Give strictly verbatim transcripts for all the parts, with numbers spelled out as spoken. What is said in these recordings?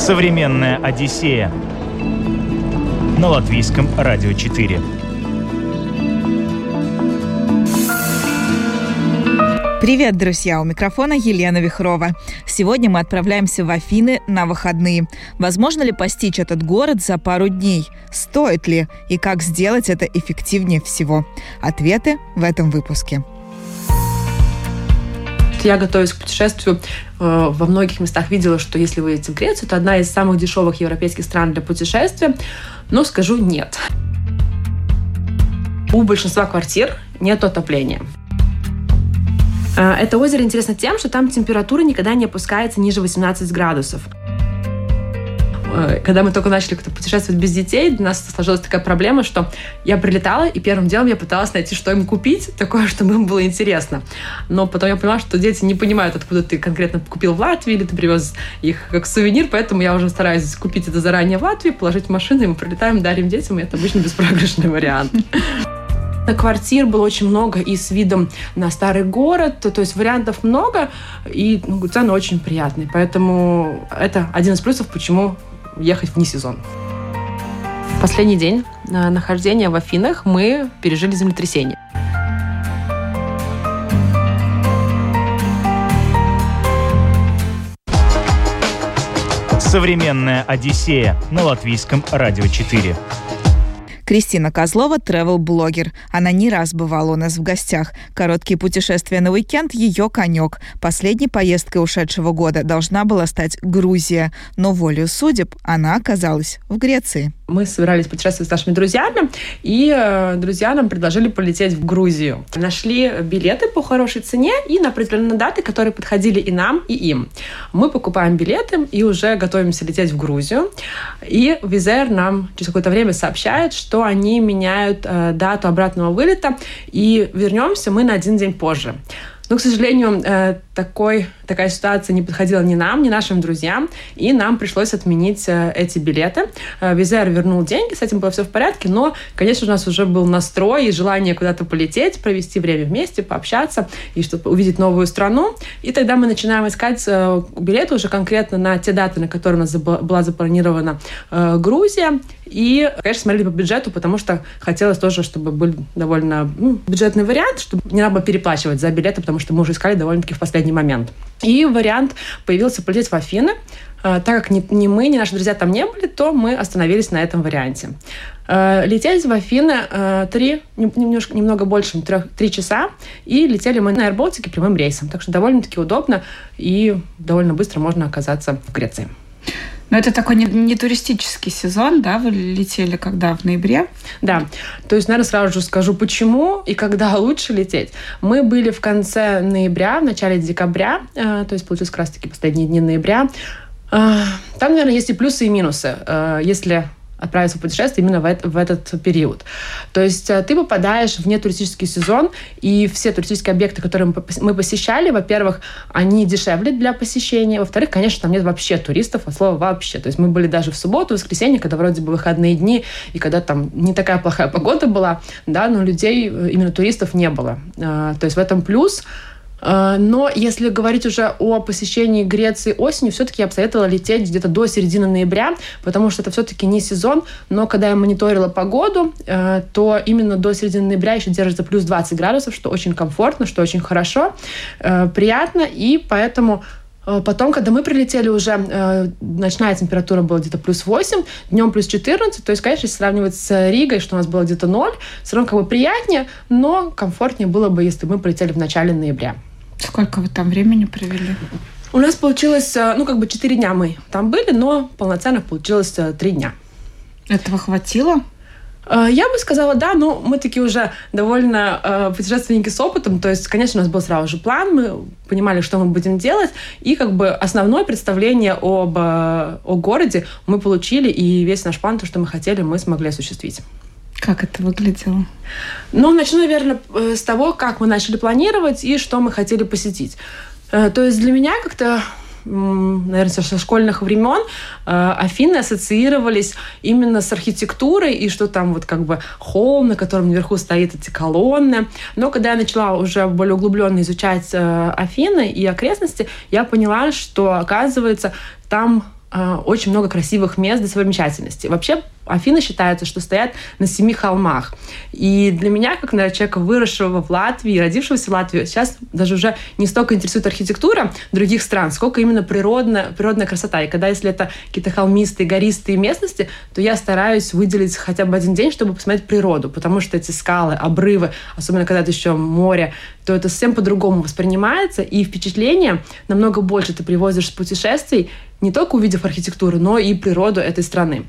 Современная Одиссея на Латвийском радио четыре. Привет, друзья! У микрофона Елена Вихрова. Сегодня мы отправляемся в Афины на выходные. Возможно ли постичь этот город за пару дней? Стоит ли? И как сделать это эффективнее всего? Ответы в этом выпуске. Я, готовясь к путешествию, во многих местах видела, что если вы едете в Грецию, это одна из самых дешевых европейских стран для путешествия. Но скажу нет. У большинства квартир нет отопления. Это озеро интересно тем, что там температура никогда не опускается ниже восемнадцати градусов. Когда мы только начали как-то путешествовать без детей, у нас сложилась такая проблема, что я прилетала, и первым делом я пыталась найти, что им купить, такое, чтобы им было интересно. Но потом я поняла, что дети не понимают, откуда ты конкретно купил в Латвии, или ты привез их как сувенир, поэтому я уже стараюсь купить это заранее в Латвии, положить в машину, и мы прилетаем, дарим детям, и это обычно беспроигрышный вариант. Квартир было очень много и с видом на старый город, то есть вариантов много, и ну, цены очень приятные. Поэтому это один из плюсов, почему ехать вне сезон. В последний день нахождения в Афинах мы пережили землетрясение. Современная Одиссея на Латвийском радио четыре. Кристина Козлова – тревел-блогер. Она не раз бывала у нас в гостях. Короткие путешествия на уикенд – ее конек. Последней поездкой ушедшего года должна была стать Грузия. Но волею судеб она оказалась в Греции. Мы собирались путешествовать с нашими друзьями, и э, друзья нам предложили полететь в Грузию. Нашли билеты по хорошей цене и на определенные даты, которые подходили и нам, и им. Мы покупаем билеты и уже готовимся лететь в Грузию. И Wizz Air нам через какое-то время сообщает, что они меняют э, дату обратного вылета, и вернемся мы на один день позже. Но, к сожалению, э, такой, такая ситуация не подходила ни нам, ни нашим друзьям, и нам пришлось отменить э, эти билеты. Э, Wizz Air вернул деньги, с этим было все в порядке, но, конечно, у нас уже был настрой и желание куда-то полететь, провести время вместе, пообщаться, и чтобы увидеть новую страну. И тогда мы начинаем искать э, билеты уже конкретно на те даты, на которые у нас заб- была запланирована э, Грузия. И, конечно, смотрели по бюджету, потому что хотелось тоже, чтобы был довольно ну, бюджетный вариант, чтобы не надо было переплачивать за билеты, потому что мы уже искали довольно-таки в последний момент. И вариант появился полететь в Афины. Так как ни, ни мы, ни наши друзья там не были, то мы остановились на этом варианте. Летели в Афины три, немножко, немного больше, трех, три часа, и летели мы на AirBaltic прямым рейсом. Так что довольно-таки удобно, и довольно быстро можно оказаться в Греции. Но это такой не, не туристический сезон, да? Вы летели когда? В ноябре? Да. То есть, наверное, сразу же скажу, почему и когда лучше лететь. Мы были в конце ноября, в начале декабря, э, то есть, получилось как раз-таки последние дни ноября. Э, там, наверное, есть и плюсы, и минусы, э, если отправиться в путешествие именно в, это, в этот период. То есть ты попадаешь в нетуристический сезон, и все туристические объекты, которые мы посещали, во-первых, они дешевле для посещения, во-вторых, конечно, там нет вообще туристов, от слова вообще. То есть мы были даже в субботу, в воскресенье, когда вроде бы выходные дни, и когда там не такая плохая погода была, да, но людей, именно туристов, не было. То есть в этом плюс. Но если говорить уже о посещении Греции осенью, все-таки я бы советовала лететь где-то до середины ноября, потому что это все-таки не сезон. Но когда я мониторила погоду, то именно до середины ноября еще держится плюс двадцать градусов, что очень комфортно, что очень хорошо, приятно. И поэтому потом, когда мы прилетели, уже ночная температура была где-то плюс восемь, днем плюс четырнадцать. То есть, конечно, если сравнивать с Ригой, что у нас было где-то ноль, все равно как бы приятнее, но комфортнее было бы, если бы мы прилетели в начале ноября. Сколько вы там времени провели? У нас получилось, ну, как бы четыре дня мы там были, но полноценно получилось три дня. Этого хватило? Я бы сказала, да, но мы такие уже довольно э, путешественники с опытом, то есть, конечно, у нас был сразу же план, мы понимали, что мы будем делать, и как бы основное представление об, э, о городе мы получили, и весь наш план, то, что мы хотели, мы смогли осуществить. Как это выглядело? Ну, начну, наверное, с того, как мы начали планировать и что мы хотели посетить. То есть для меня как-то, наверное, со школьных времен Афины ассоциировались именно с архитектурой, и что там вот как бы холм, на котором наверху стоят эти колонны. Но когда я начала уже более углубленно изучать Афины и окрестности, я поняла, что, оказывается, там очень много красивых мест, достопримечательностей. Вообще, Афины считаются, что стоят на семи холмах. И для меня, как, наверное, человека, выросшего в Латвии, родившегося в Латвии, сейчас даже уже не столько интересует архитектура других стран, сколько именно природная, природная красота. И когда, если это какие-то холмистые, гористые местности, то я стараюсь выделить хотя бы один день, чтобы посмотреть природу, потому что эти скалы, обрывы, особенно когда это еще море, то это совсем по-другому воспринимается, и впечатление намного больше ты привозишь с путешествий, не только увидев архитектуру, но и природу этой страны.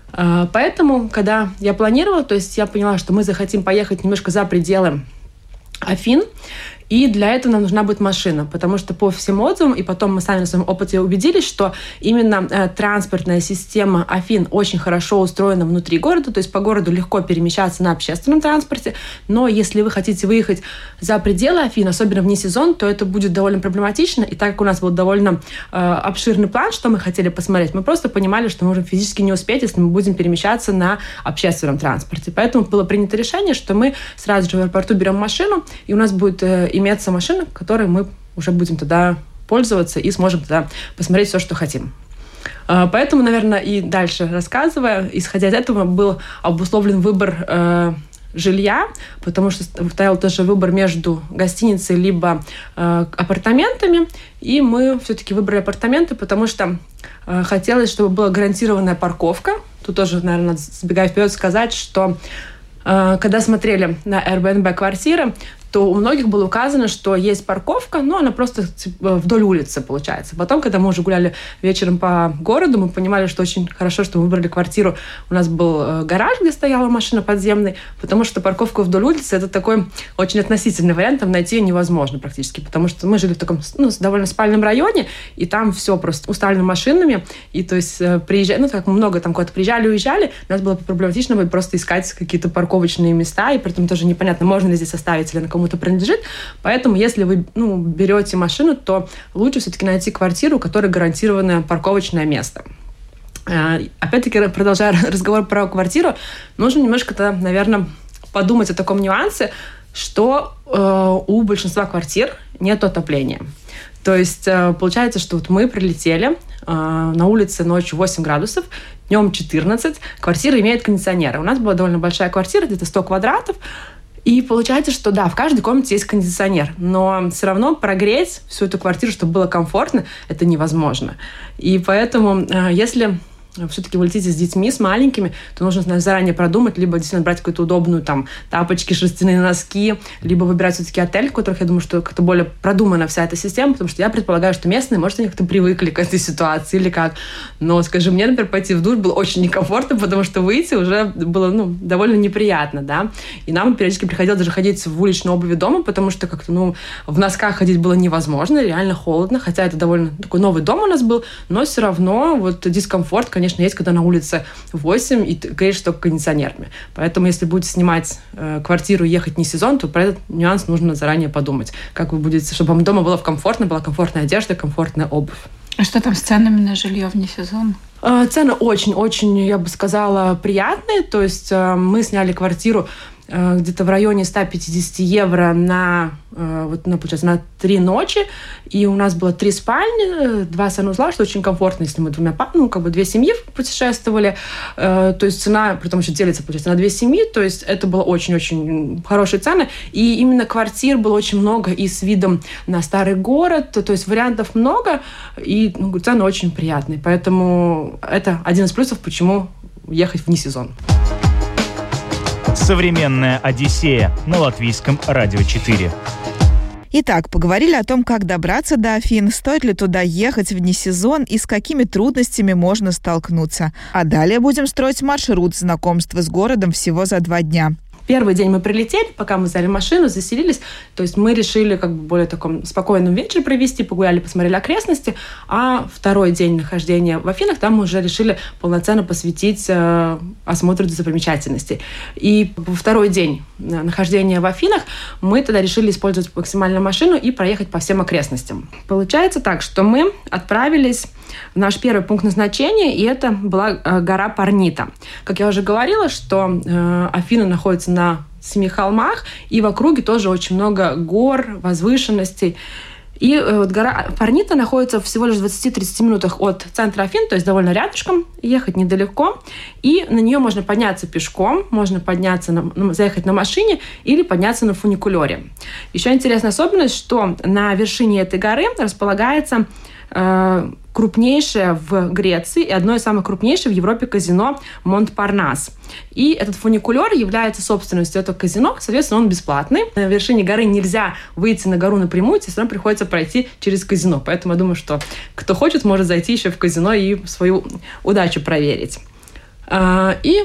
Поэтому, когда я планировала, то есть я поняла, что мы захотим поехать немножко за пределы Афин, и для этого нам нужна будет машина, потому что по всем отзывам, и потом мы сами на своем опыте убедились, что именно э, транспортная система Афин очень хорошо устроена внутри города, то есть по городу легко перемещаться на общественном транспорте, но если вы хотите выехать за пределы Афин, особенно вне сезон, то это будет довольно проблематично, и так как у нас был довольно э, обширный план, что мы хотели посмотреть, мы просто понимали, что мы можем физически не успеть, если мы будем перемещаться на общественном транспорте. Поэтому было принято решение, что мы сразу же в аэропорту берем машину, и у нас будет э, имеется машина, которой мы уже будем тогда пользоваться и сможем тогда посмотреть все, что хотим. Поэтому, наверное, и дальше рассказывая, исходя из этого, был обусловлен выбор э, жилья, потому что стоял тоже выбор между гостиницей либо э, апартаментами, и мы все-таки выбрали апартаменты, потому что э, хотелось, чтобы была гарантированная парковка. Тут тоже, наверное, надо, сбегая вперед, сказать, что э, когда смотрели на Airbnb квартиры, то у многих было указано, что есть парковка, но она просто вдоль улицы получается. Потом, когда мы уже гуляли вечером по городу, мы понимали, что очень хорошо, что мы выбрали квартиру. У нас был гараж, где стояла машина подземный, потому что парковка вдоль улицы – это такой очень относительный вариант, там найти ее невозможно практически, потому что мы жили в таком ну, довольно спальном районе, и там все просто уставлено машинами, и то есть приезжали, ну, так много там куда-то приезжали, уезжали, у нас было проблематично будет просто искать какие-то парковочные места, и при этом тоже непонятно, можно ли здесь оставить или на кому-то принадлежит. Поэтому, если вы ну, берете машину, то лучше все-таки найти квартиру, у которой гарантированное парковочное место. Опять-таки, продолжая разговор про квартиру, нужно немножко-то, наверное, подумать о таком нюансе, что э, у большинства квартир нет отопления. То есть э, получается, что вот мы прилетели, э, на улице ночью восемь градусов, днем четырнадцать, квартира имеет кондиционеры. У нас была довольно большая квартира, где-то сто квадратов, и получается, что да, в каждой комнате есть кондиционер, но все равно прогреть всю эту квартиру, чтобы было комфортно, это невозможно. И поэтому, если все-таки вы летите с детьми, с маленькими, то нужно заранее продумать, либо действительно брать какую-то удобную там тапочки, шерстяные носки, либо выбирать все-таки отель, в которых, я думаю, что как-то более продумана вся эта система, потому что я предполагаю, что местные, может, они как-то привыкли к этой ситуации или как. Но, скажи, мне, например, пойти в душ было очень некомфортно, потому что выйти уже было, ну, довольно неприятно, да. И нам периодически приходилось даже ходить в уличной обуви дома, потому что как-то, ну, в носках ходить было невозможно, реально холодно, хотя это довольно такой новый дом у нас был, но все равно вот дискомфорт, конечно, есть, когда на улице восемь и ты греешь только кондиционерами. Поэтому, если будете снимать э, квартиру и ехать не сезон, то про этот нюанс нужно заранее подумать. Как вы будете, чтобы вам дома было комфортно, была комфортная одежда, комфортная обувь. А что там с ценами на жилье вне сезона? Э, цены очень-очень, я бы сказала, приятные. То есть э, мы сняли квартиру где-то в районе сто пятьдесят евро на, вот, ну, получается, на три ночи. И у нас было три спальни, два санузла, что очень комфортно, если мы двумя, ну, как бы две семьи путешествовали. То есть цена, при том, что делится, получается, на две семьи. То есть это было очень-очень хорошие цены. И именно квартир было очень много и с видом на старый город. То есть вариантов много, и ну, цены очень приятные. Поэтому это один из плюсов, почему ехать вне сезон. Современная Одиссея на Латвийском радио четыре. Итак, поговорили о том, как добраться до Афин, стоит ли туда ехать вне сезон и с какими трудностями можно столкнуться. А далее будем строить маршрут знакомства с городом всего за два дня. Первый день мы прилетели, пока мы взяли машину, заселились. То есть мы решили как бы более таком спокойном вечер провести, погуляли, посмотрели окрестности. А второй день нахождения в Афинах, там мы уже решили полноценно посвятить э, осмотру достопримечательностей. И второй день нахождения в Афинах мы тогда решили использовать максимально машину и проехать по всем окрестностям. Получается так, что мы отправились в наш первый пункт назначения, и это была э, гора Парнита. Как я уже говорила, что э, Афины находятся на семи холмах, и в округе тоже очень много гор, возвышенностей. И вот гора Парнита находится всего лишь в двадцати-тридцати минутах от центра Афин, то есть довольно рядышком, ехать недалеко. И на нее можно подняться пешком, можно подняться, на, заехать на машине или подняться на фуникулере. Еще интересная особенность, что на вершине этой горы располагается э, крупнейшее в Греции и одно из самых крупнейших в Европе казино Монтпарнас. И этот фуникулер является собственностью этого казино, соответственно, он бесплатный. На вершине горы нельзя выйти на гору напрямую, все равно приходится пройти через казино. Поэтому я думаю, что кто хочет, может зайти еще в казино и свою удачу проверить. И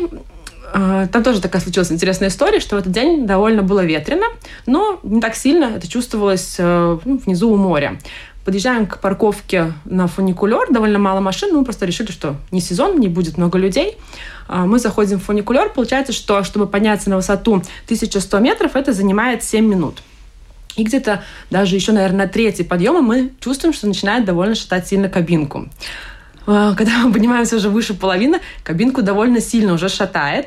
там тоже такая случилась интересная история, что в этот день довольно было ветрено, но не так сильно это чувствовалось внизу у моря. Подъезжаем к парковке на фуникулер, довольно мало машин, мы просто решили, что не сезон, не будет много людей. Мы заходим в фуникулер, получается, что чтобы подняться на высоту тысяча сто метров, это занимает семь минут. И где-то даже еще, наверное, на третий подъем мы чувствуем, что начинает довольно шатать сильно кабинку. Когда мы поднимаемся уже выше половины, кабинку довольно сильно уже шатает.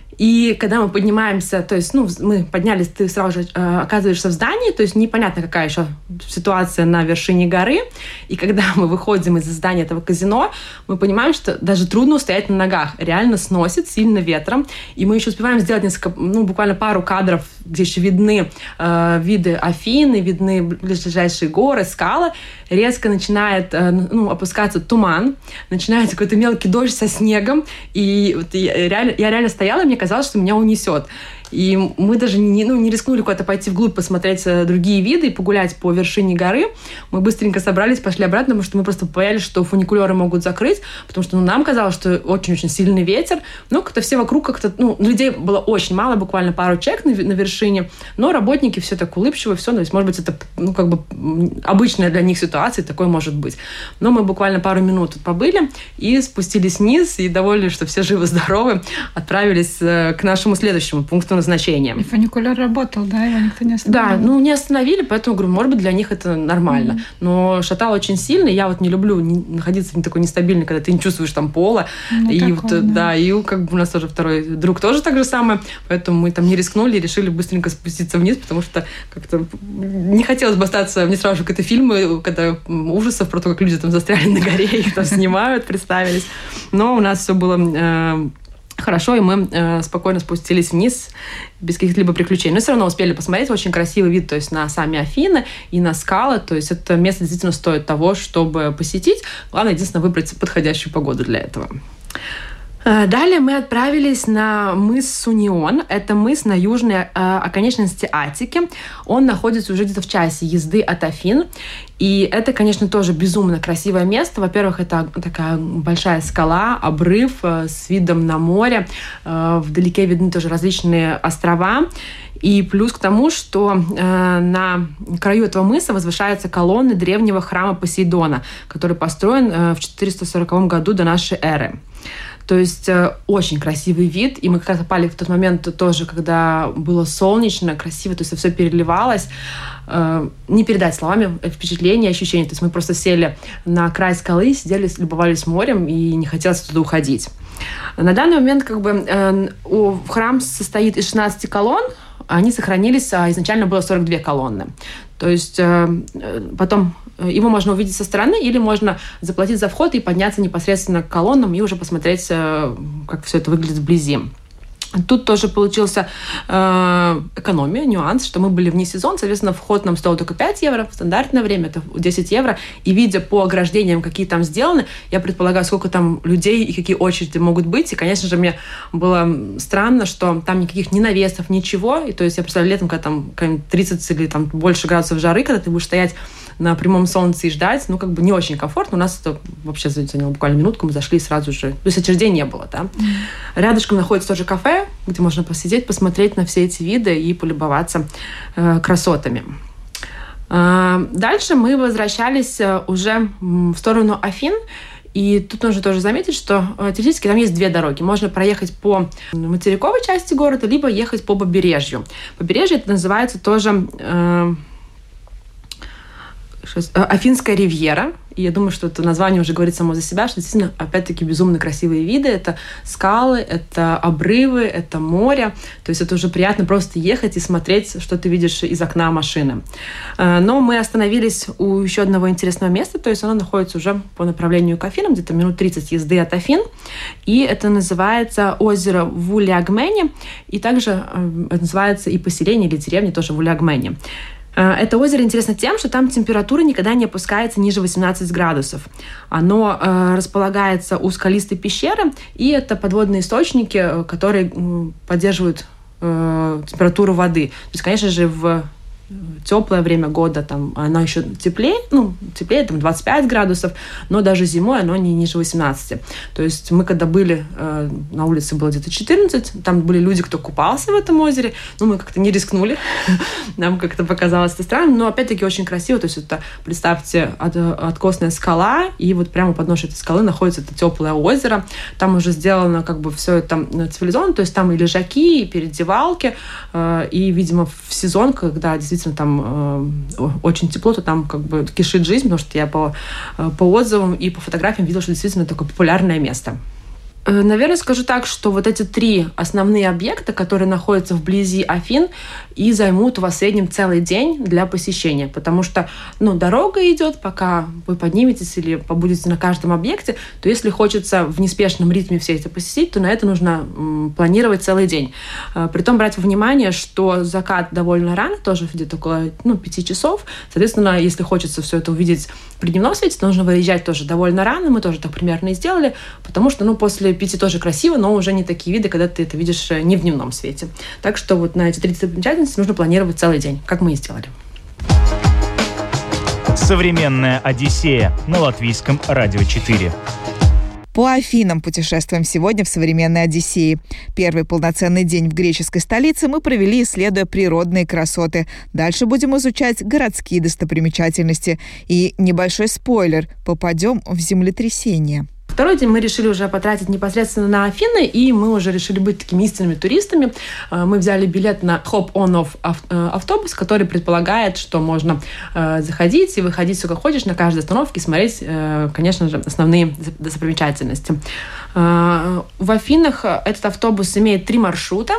И когда мы поднимаемся, то есть, ну, мы поднялись, ты сразу же э, оказываешься в здании, то есть непонятно, какая еще ситуация на вершине горы. И когда мы выходим из здания этого казино, мы понимаем, что даже трудно устоять на ногах. Реально сносит сильно ветром. И мы еще успеваем сделать несколько, ну, буквально пару кадров, где еще видны э, виды Афины, видны ближайшие горы, скалы. Резко начинает э, ну, опускаться туман, начинается какой-то мелкий дождь со снегом. И вот я, реально, я реально стояла, и мне казалось, что меня унесет. И мы даже не, ну, не рискнули куда-то пойти вглубь, посмотреть другие виды и погулять по вершине горы. Мы быстренько собрались, пошли обратно, потому что мы просто боялись, что фуникулеры могут закрыть, потому что ну, нам казалось, что очень-очень сильный ветер. Но как-то все вокруг как-то... Ну, людей было очень мало, буквально пару человек на, на вершине, но работники все так улыбчивы, все. То есть, может быть, это ну, как бы обычная для них ситуация, такое может быть. Но мы буквально пару минут тут побыли и спустились вниз, и довольны, что все живы-здоровы, отправились к нашему следующему пункту назначения. И фуникулер работал, да? Его никто не остановил? Да, ну не остановили, поэтому, говорю, может быть, для них это нормально. Mm-hmm. Но шатало очень сильно, и я вот не люблю не, находиться в такой нестабильной, когда ты не чувствуешь там пола. Ну, и такое, вот, да. да, и как бы у нас тоже второй друг тоже так же самое, поэтому мы там не рискнули и решили быстренько спуститься вниз, потому что как-то не хотелось бы остаться, мне сразу же какие-то фильмы, когда ужасов про то, как люди там застряли на горе, их там снимают, представились. Но у нас все было... Э- Хорошо, и мы э, спокойно спустились вниз без каких-либо приключений. Но все равно успели посмотреть очень красивый вид, то есть на сами Афины и на скалы. То есть это место действительно стоит того, чтобы посетить. Главное, единственное, выбрать подходящую погоду для этого. Далее мы отправились на мыс Сунион. Это мыс на южной э, оконечности Аттики. Он находится уже где-то в часе езды от Афин. И это, конечно, тоже безумно красивое место. Во-первых, это такая большая скала, обрыв э, с видом на море. Э, вдалеке видны тоже различные острова. И плюс к тому, что э, на краю этого мыса возвышаются колонны древнего храма Посейдона, который построен э, в четыреста сороковом году до нашей эры. То есть э, очень красивый вид. И мы как раз попали в тот момент тоже, когда было солнечно, красиво, то есть все переливалось. Э, не передать словами впечатления, ощущения. То есть мы просто сели на край скалы, сидели, любовались морем и не хотелось туда уходить. На данный момент как бы э, у, храм состоит из шестнадцати колонн. Они сохранились, а изначально было сорок две колонны. То есть э, потом его можно увидеть со стороны, или можно заплатить за вход и подняться непосредственно к колоннам и уже посмотреть, э, как все это выглядит вблизи. Тут тоже получился э, экономия, нюанс, что мы были вне сезон, соответственно, вход нам стоил только пять евро, в стандартное время это десять евро, и видя по ограждениям, какие там сделаны, я предполагаю, сколько там людей и какие очереди могут быть, и, конечно же, мне было странно, что там никаких ни навесов, ничего, и то есть я представляю, летом, когда там тридцать или там больше градусов жары, когда ты будешь стоять на прямом солнце и ждать, ну, как бы не очень комфортно. У нас это вообще заняло буквально минутку, мы зашли сразу же. То есть очередей не было, да. Mm. Рядышком находится тоже кафе, где можно посидеть, посмотреть на все эти виды и полюбоваться э, красотами. Э, дальше мы возвращались уже в сторону Афин. И тут нужно тоже заметить, что теоретически там есть две дороги. Можно проехать по материковой части города, либо ехать по побережью. Побережье это называется тоже... Э, Афинская ривьера. И я думаю, что это название уже говорит само за себя, что действительно, опять-таки, безумно красивые виды. Это скалы, это обрывы, это море. То есть это уже приятно просто ехать и смотреть, что ты видишь из окна машины. Но мы остановились у еще одного интересного места. То есть оно находится уже по направлению к Афинам, где-то минут тридцать езды от Афин. И это называется озеро Вулиагмени. И также называется и поселение или деревня тоже Вулиагмени. Это озеро интересно тем, что там температура никогда не опускается ниже восемнадцати градусов. Оно э, располагается у скалистой пещеры, и это подводные источники, которые э, поддерживают э, температуру воды. То есть, конечно же, в теплое время года там оно еще теплее, ну, теплее, там двадцать пять градусов, но даже зимой оно не ниже восемнадцати. То есть мы когда были, э, на улице было где-то четырнадцать, там были люди, кто купался в этом озере, но мы как-то не рискнули, нам как-то показалось это странным, но опять-таки очень красиво, то есть это, представьте, от, откосная скала, и вот прямо у подножия этой скалы находится это теплое озеро, там уже сделано как бы все это цивилизованно, то есть там и лежаки, и переодевалки, э, и, видимо, в сезон, когда действительно там э, очень тепло, то там как бы кишит жизнь, потому что я по, по отзывам и по фотографиям видела, что действительно такое популярное место. Наверное, скажу так, что вот эти три основные объекта, которые находятся вблизи Афин, и займут у вас в среднем целый день для посещения, потому что, ну, дорога идет, пока вы подниметесь или побудете на каждом объекте, то если хочется в неспешном ритме все это посетить, то на это нужно м, планировать целый день. Притом брать во внимание, что закат довольно рано, тоже где-то около ну, пяти часов, соответственно, если хочется все это увидеть при дневном свете, то нужно выезжать тоже довольно рано, мы тоже так примерно и сделали, потому что, ну, после пяти тоже красиво, но уже не такие виды, когда ты это видишь не в дневном свете. Так что вот на эти тридцать достопримечательностей нужно планировать целый день, как мы и сделали. Современная Одиссея на Латвийском радио четыре. По Афинам путешествуем сегодня в современной Одиссее. Первый полноценный день в греческой столице мы провели, исследуя природные красоты. Дальше будем изучать городские достопримечательности. И небольшой спойлер – попадем в землетрясение. Второй день мы решили уже потратить непосредственно на Афины, и мы уже решили быть такими истинными туристами. Мы взяли билет на Hop-on-Off автобус, который предполагает, что можно заходить и выходить сколько хочешь на каждой остановке и смотреть, конечно же, основные достопримечательности. В Афинах этот автобус имеет три маршрута,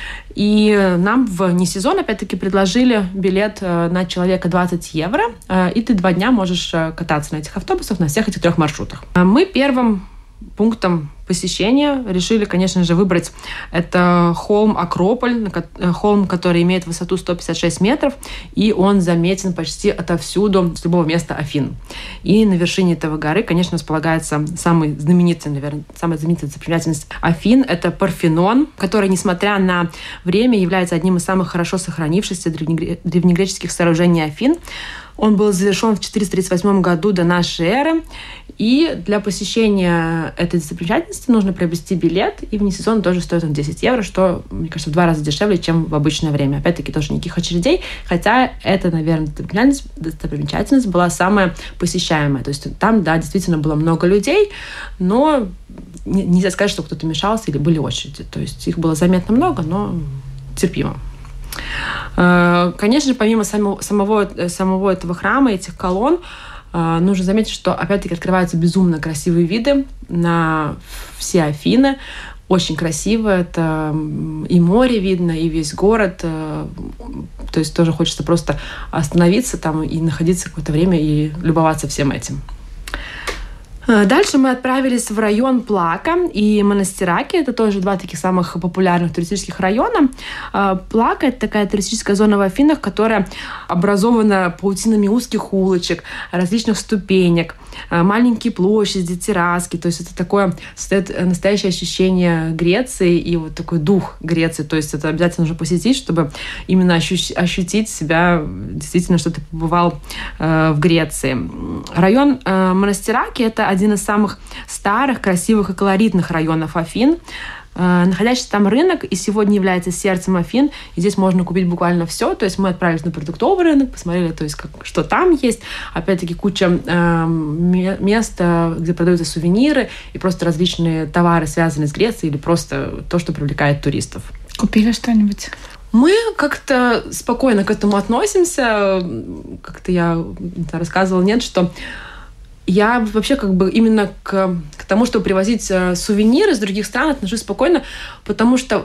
и нам в несезон, опять-таки, предложили билет на человека двадцать евро, и ты два дня можешь кататься на этих автобусах, на всех этих трех маршрутах. Мы первым пунктом посещения решили, конечно же, выбрать это холм Акрополь, холм, который имеет высоту сто пятьдесят шесть метров, и он заметен почти отовсюду, с любого места Афин. И на вершине этого горы, конечно, располагается самый знаменитый, наверное, самая знаменитая достопримечательность Афин – это Парфенон, который, несмотря на время, является одним из самых хорошо сохранившихся древнегреческих сооружений Афин. Он был завершен в четыреста тридцать восьмом году до нашей эры. И для посещения этой достопримечательности нужно приобрести билет. И вне сезона тоже стоит он десять евро, что, мне кажется, в два раза дешевле, чем в обычное время. Опять-таки, тоже никаких очередей. Хотя это, наверное, достопримечательность, достопримечательность была самая посещаемая. То есть там, да, действительно было много людей, но нельзя сказать, что кто-то мешался или были очереди. То есть их было заметно много, но терпимо. Конечно же, помимо самого, самого, самого этого храма, этих колонн, нужно заметить, что опять-таки открываются безумно красивые виды на все Афины. Очень красиво. Это и море видно, и весь город. То есть тоже хочется просто остановиться там и находиться какое-то время и любоваться всем этим. Дальше мы отправились в район Плака и Монастираки. Это тоже два таких самых популярных туристических района. Плака – это такая туристическая зона в Афинах, которая образована паутинами узких улочек, различных ступенек, маленькие площади, терраски. То есть это такое настоящее ощущение Греции и вот такой дух Греции. То есть это обязательно нужно посетить, чтобы именно ощутить себя действительно, что ты побывал в Греции. Район Монастираки – это один из самых старых, красивых и колоритных районов Афин. Находящийся там рынок и сегодня является сердцем Афин. И здесь можно купить буквально все. То есть мы отправились на продуктовый рынок, посмотрели, то есть, как, что там есть. Опять-таки куча э, мест, где продаются сувениры и просто различные товары, связанные с Грецией, или просто то, что привлекает туристов. Купили что-нибудь? Мы как-то спокойно к этому относимся. Как-то я рассказывала, нет, что я вообще как бы именно к, к тому, чтобы привозить э, сувениры из других стран, отношусь спокойно, потому что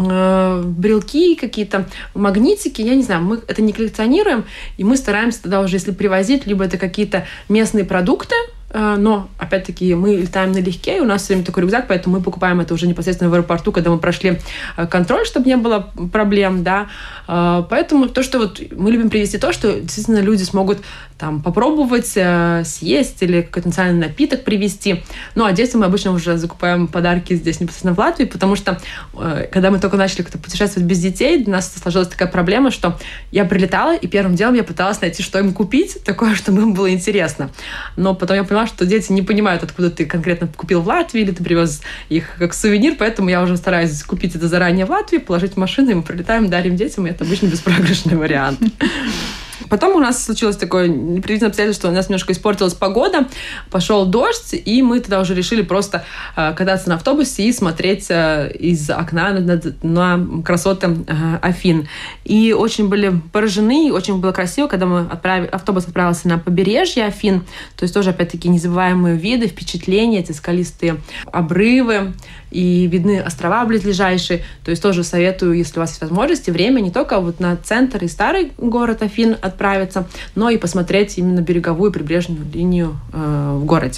э, брелки, какие-то магнитики, я не знаю, мы это не коллекционируем, и мы стараемся тогда уже, если привозить, либо это какие-то местные продукты, э, но, опять-таки, мы летаем налегке, и у нас все время такой рюкзак, поэтому мы покупаем это уже непосредственно в аэропорту, когда мы прошли э, контроль, чтобы не было проблем, да. Э, поэтому то, что вот мы любим привезти то, что действительно люди смогут там попробовать, э, съесть или какой-то национальный напиток привезти. Ну, а детям мы обычно уже закупаем подарки здесь непосредственно в Латвии, потому что э, когда мы только начали как-то путешествовать без детей, для нас сложилась такая проблема, что я прилетала, и первым делом я пыталась найти, что им купить, такое, чтобы им было интересно. Но потом я поняла, что дети не понимают, откуда ты конкретно купил в Латвии, или ты привез их как сувенир, поэтому я уже стараюсь купить это заранее в Латвии, положить в машину, и мы прилетаем, дарим детям, и это обычно беспроигрышный вариант. Потом у нас случилось такое непредвиденное обстоятельство, у нас немножко испортилась погода, пошел дождь, и мы тогда уже решили просто э, кататься на автобусе и смотреть э, из окна на, на, на красоты э, Афин. И очень были поражены, очень было красиво, когда мы отправили, автобус отправился на побережье Афин, то есть тоже, опять-таки, незабываемые виды, впечатления, эти скалистые обрывы, и видны острова близлежащие. То есть тоже советую, если у вас есть возможность и время, не только вот на центр и старый город Афин отправиться, но и посмотреть именно береговую прибрежную линию э, в городе.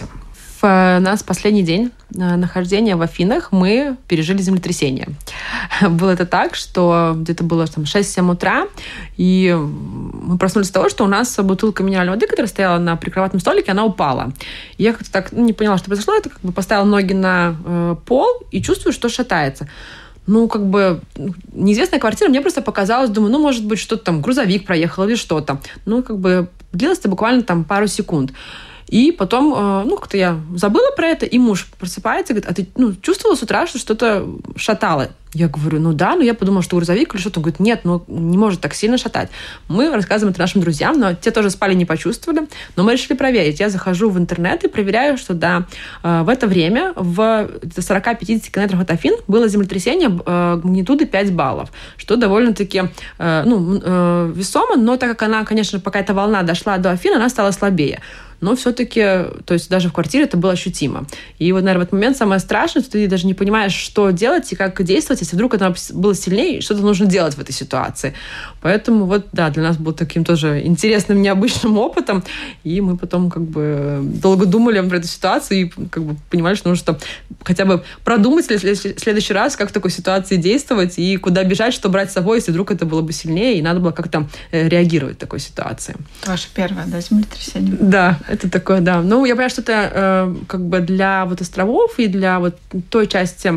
В нас последний день нахождения в Афинах мы пережили землетрясение. Было это так, что где-то было там шесть-семь утра, и мы проснулись от того, что у нас бутылка минеральной воды, которая стояла на прикроватном столике, она упала. И я как-то так ну, не поняла, что произошло. Я как бы поставила ноги на э, пол и чувствую, что шатается. Ну, как бы, неизвестная квартира, мне просто показалось, думаю, ну, может быть, что-то там, грузовик проехал или что-то. Ну, как бы, длилось это буквально там пару секунд. И потом, ну, как-то я забыла про это, и муж просыпается и говорит, а ты ну, чувствовала с утра, что что-то шатало? Я говорю, ну да, но я подумала, что грузовик или что-то. Он говорит, нет, ну не может так сильно шатать. Мы рассказываем это нашим друзьям, но те тоже спали, не почувствовали. Но мы решили проверить. Я захожу в интернет и проверяю, что да, в это время в сорок-пятьдесят километрах от Афин было землетрясение магнитуды пять баллов, что довольно-таки ну, весомо, но так как она, конечно, пока эта волна дошла до Афин, она стала слабее. Но все-таки, то есть даже в квартире это было ощутимо. И вот, наверное, в этот момент самое страшное, что ты даже не понимаешь, что делать и как действовать, если вдруг это было сильнее, что-то нужно делать в этой ситуации. Поэтому вот, да, для нас был таким тоже интересным, необычным опытом. И мы потом как бы долго думали про эту ситуацию и как бы понимали, что нужно хотя бы продумать в следующий раз, как в такой ситуации действовать и куда бежать, что брать с собой, если вдруг это было бы сильнее, и надо было как-то реагировать в такой ситуации. Ваше первое, да, землетрясение? Да. Это такое, да. Ну, я понимаю, что это э, как бы для вот островов и для вот той части...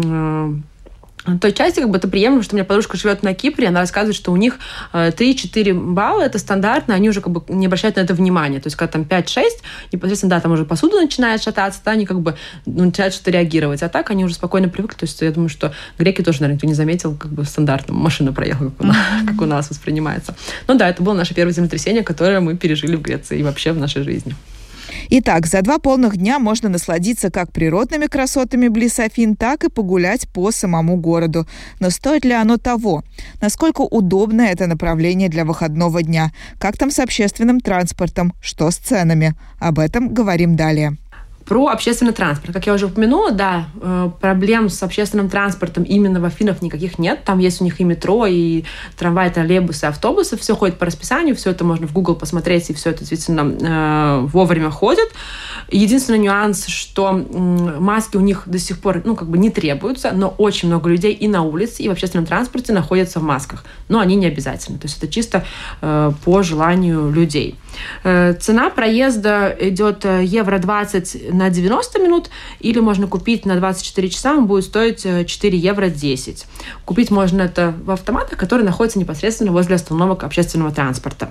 Э, той части как бы это приемлемо, что у меня подружка живет на Кипре, она рассказывает, что у них три-четыре балла, это стандартно, они уже как бы не обращают на это внимания. То есть, когда там пять-шесть, непосредственно, да, там уже посуда начинает шататься, да, они как бы начинают что-то реагировать. А так они уже спокойно привыкли. То есть, я думаю, что греки тоже, наверное, никто не заметил, как бы стандартно машина проехала, как у нас, как у нас воспринимается. Ну да, это было наше первое землетрясение, которое мы пережили в Греции и вообще в нашей жизни. Итак, за два полных дня можно насладиться как природными красотами близ Афин, так и погулять по самому городу. Но стоит ли оно того? Насколько удобно это направление для выходного дня? Как там с общественным транспортом? Что с ценами? Об этом говорим далее. Про общественный транспорт. Как я уже упомянула, да, проблем с общественным транспортом именно в Афинах никаких нет. Там есть у них и метро, и трамвай, троллейбусы, автобусы. Все ходит по расписанию, все это можно в Google посмотреть, и все это действительно э, вовремя ходит. Единственный нюанс, что э, маски у них до сих пор, ну, как бы не требуются, но очень много людей и на улице, и в общественном транспорте находятся в масках. Но они не обязательны. То есть это чисто э, по желанию людей. Э, цена проезда идет евро двадцать на девяносто минут, или можно купить на двадцать четыре часа, он будет стоить четыре евро десять. Купить можно это в автоматах, которые находятся непосредственно возле остановок общественного транспорта.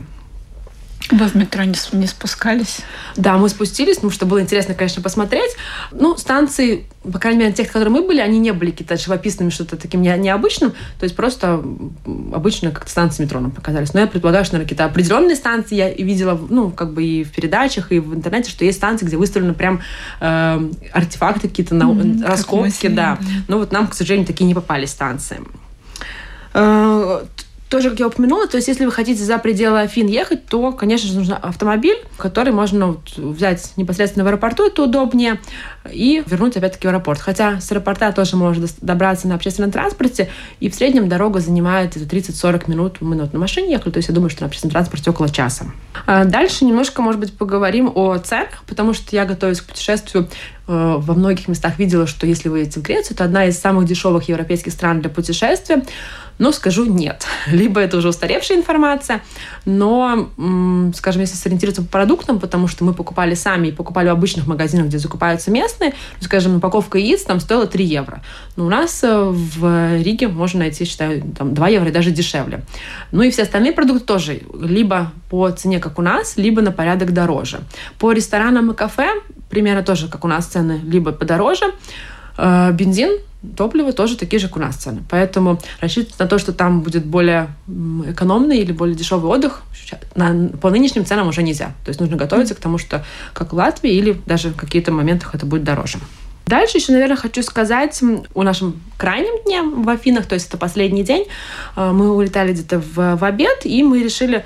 Вы в метро не, не спускались? Да, мы спустились, потому что было интересно, конечно, посмотреть. Ну, станции, по крайней мере, тех, которые мы были, они не были какие-то живописными, что-то таким не, необычным. То есть просто обычно как-то станции метро нам показались. Но я предполагаю, что, наверное, какие-то определенные станции я видела, ну, как бы и в передачах, и в интернете, что есть станции, где выставлены прям э, артефакты какие-то, mm-hmm, раскопки, да. Но вот нам, к сожалению, такие не попали станции. тоже, как я упомянула, то есть если вы хотите за пределы Афин ехать, то, конечно же, нужен автомобиль, который можно взять непосредственно в аэропорту, это удобнее, и вернуть опять-таки в аэропорт. Хотя с аэропорта тоже можно добраться на общественном транспорте, и в среднем дорога занимает тридцать-сорок минут. Мы на машине ехали, то есть я думаю, что на общественном транспорте около часа. А дальше немножко, может быть, поговорим о ценах, потому что я, готовясь к путешествию, во многих местах видела, что если вы едете в Грецию, то одна из самых дешевых европейских стран для путешествия. Но скажу нет. Либо это уже устаревшая информация, но, скажем, если сориентироваться по продуктам, потому что мы покупали сами и покупали в обычных магазинах, где закупаются местные, скажем, упаковка яиц там стоила три евро. Но у нас в Риге можно найти, считаю, там два евро и даже дешевле. Ну и все остальные продукты тоже либо по цене, как у нас, либо на порядок дороже. По ресторанам и кафе примерно тоже, как у нас, цены либо подороже. Бензин, топливо тоже такие же, как у нас цены. Поэтому рассчитывать на то, что там будет более экономный или более дешевый отдых, по нынешним ценам уже нельзя. То есть нужно готовиться к тому, что как в Латвии или даже в каких-то моментах это будет дороже. Дальше еще, наверное, хочу сказать о нашем крайнем дне в Афинах, то есть это последний день. Мы улетали где-то в, в обед, и мы решили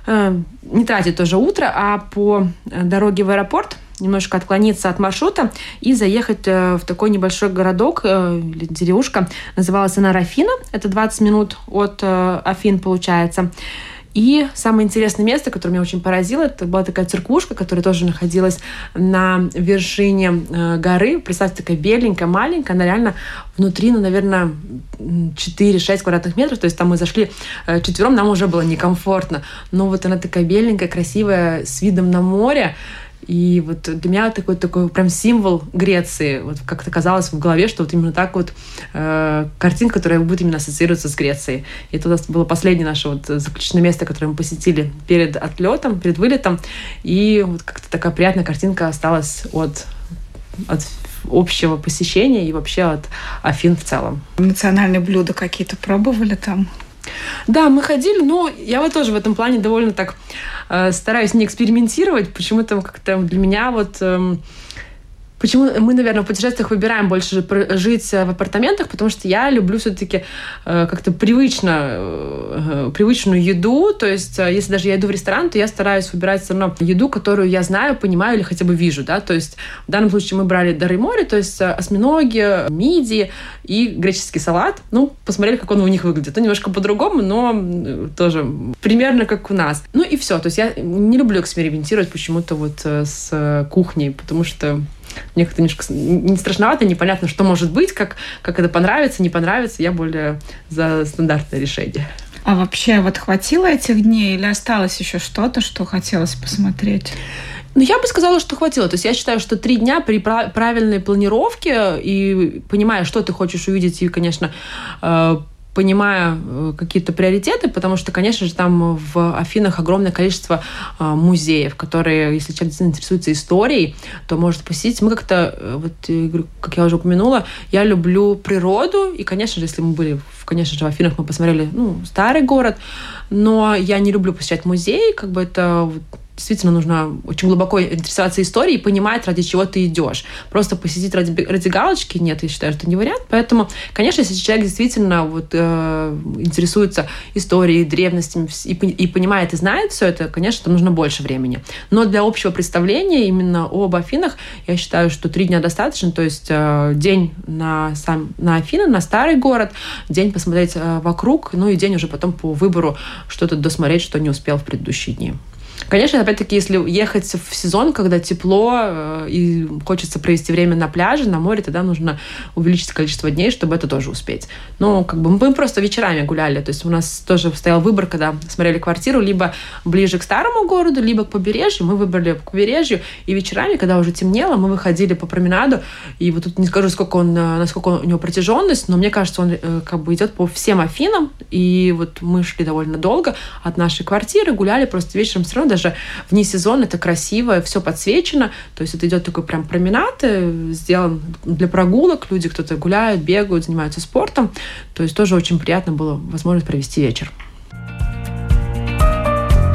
не тратить тоже утро, а по дороге в аэропорт немножко отклониться от маршрута и заехать в такой небольшой городок или деревушка. Называлась она Рафина. Это двадцать минут от Афин получается. И самое интересное место, которое меня очень поразило, это была такая церквушка, которая тоже находилась на вершине горы. Представьте, такая беленькая, маленькая. Она реально внутри, ну, наверное, четыре-шесть квадратных метров. То есть там мы зашли четвером, нам уже было некомфортно. Но вот она такая беленькая, красивая, с видом на море. И вот для меня такой, такой прям символ Греции. Вот как-то казалось в голове, что вот именно так вот э, картинка, которая будет именно ассоциироваться с Грецией. И это было последнее наше вот заключительное место, которое мы посетили перед отлетом, перед вылетом. И вот как-то такая приятная картинка осталась от, от общего посещения и вообще от Афин в целом. Национальные блюда какие-то пробовали там? Да, мы ходили, но я вот тоже в этом плане довольно так э, стараюсь не экспериментировать. Почему-то как-то для меня вот... Э, Почему мы, наверное, в путешествиях выбираем больше жить в апартаментах, потому что я люблю все-таки э, как-то привычно, э, привычную еду. То есть, э, если даже я иду в ресторан, то я стараюсь выбирать все равно еду, которую я знаю, понимаю или хотя бы вижу. Да? То есть, в данном случае мы брали дары моря, то есть осьминоги, мидии и греческий салат. Ну, посмотрели, как он у них выглядит. Ну, немножко по-другому, но тоже примерно как у нас. Ну и все. То есть, я не люблю экспериментировать почему-то вот с кухней, потому что мне как-то немножко не страшновато, непонятно, что может быть, как, как это понравится, не понравится. Я более за стандартное решение. А вообще вот хватило этих дней или осталось еще что-то, что хотелось посмотреть? Ну, я бы сказала, что хватило. То есть я считаю, что три дня при правильной планировке и понимая, что ты хочешь увидеть, и, конечно, понимая какие-то приоритеты, потому что, конечно же, там в Афинах огромное количество музеев, которые, если человек интересуется историей, то может посетить. Мы как-то, вот, как я уже упомянула, я люблю природу, и, конечно же, если мы были, конечно же, в Афинах, мы посмотрели, ну, старый город, но я не люблю посещать музеи, как бы это... Действительно, нужно очень глубоко интересоваться историей и понимать, ради чего ты идешь. Просто посетить ради, ради галочки, нет, я считаю, что это не вариант. Поэтому, конечно, если человек действительно вот, э, интересуется историей, древностями и, и понимает и знает все это, конечно, нужно больше времени. Но для общего представления именно об Афинах я считаю, что три дня достаточно. То есть э, день на, сам, на Афины, на старый город, день посмотреть э, вокруг, ну и день уже потом по выбору что-то досмотреть, что не успел в предыдущие дни. Конечно, опять-таки, если ехать в сезон, когда тепло э, и хочется провести время на пляже, на море, тогда нужно увеличить количество дней, чтобы это тоже успеть. Ну, как бы мы просто вечерами гуляли, то есть у нас тоже стоял выбор, когда смотрели квартиру, либо ближе к старому городу, либо к побережью. Мы выбрали к побережью, и вечерами, когда уже темнело, мы выходили по променаду, и вот тут не скажу, сколько он, насколько у него протяженность, но мне кажется, он э, как бы идет по всем Афинам, и вот мы шли довольно долго от нашей квартиры, гуляли просто вечером, все равно даже вне сезона это красиво, все подсвечено. То есть это идет такой прям променад, сделан для прогулок. Люди кто-то гуляют, бегают, занимаются спортом. То есть тоже очень приятно было возможность провести вечер.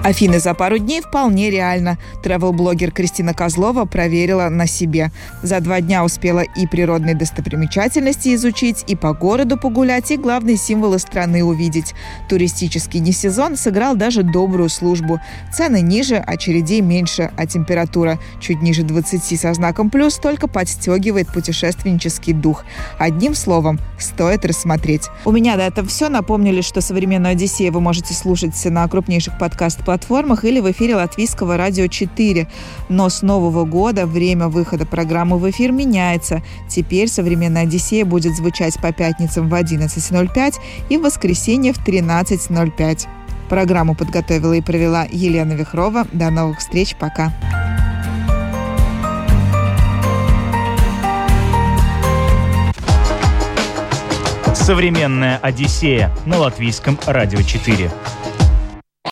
Афины за пару дней вполне реально. Travel-блогер Кристина Козлова проверила на себе. За два дня успела и природные достопримечательности изучить, и по городу погулять, и главные символы страны увидеть. Туристический несезон сыграл даже добрую службу. Цены ниже, очередей меньше, а температура чуть ниже двадцати со знаком плюс только подстегивает путешественнический дух. Одним словом, стоит рассмотреть. У меня на этом все. Напомнили, что «Современную Одиссею» вы можете слушать на крупнейших подкаст-платформах или в эфире Латвийского радио четыре. Но с нового года время выхода программы в эфир меняется. Теперь «Современная Одиссея» будет звучать по пятницам в одиннадцать ноль пять и в воскресенье в тринадцать ноль пять. Программу подготовила и провела Елена Вихрова. До новых встреч. Пока. «Современная Одиссея» на Латвийском радио четыре.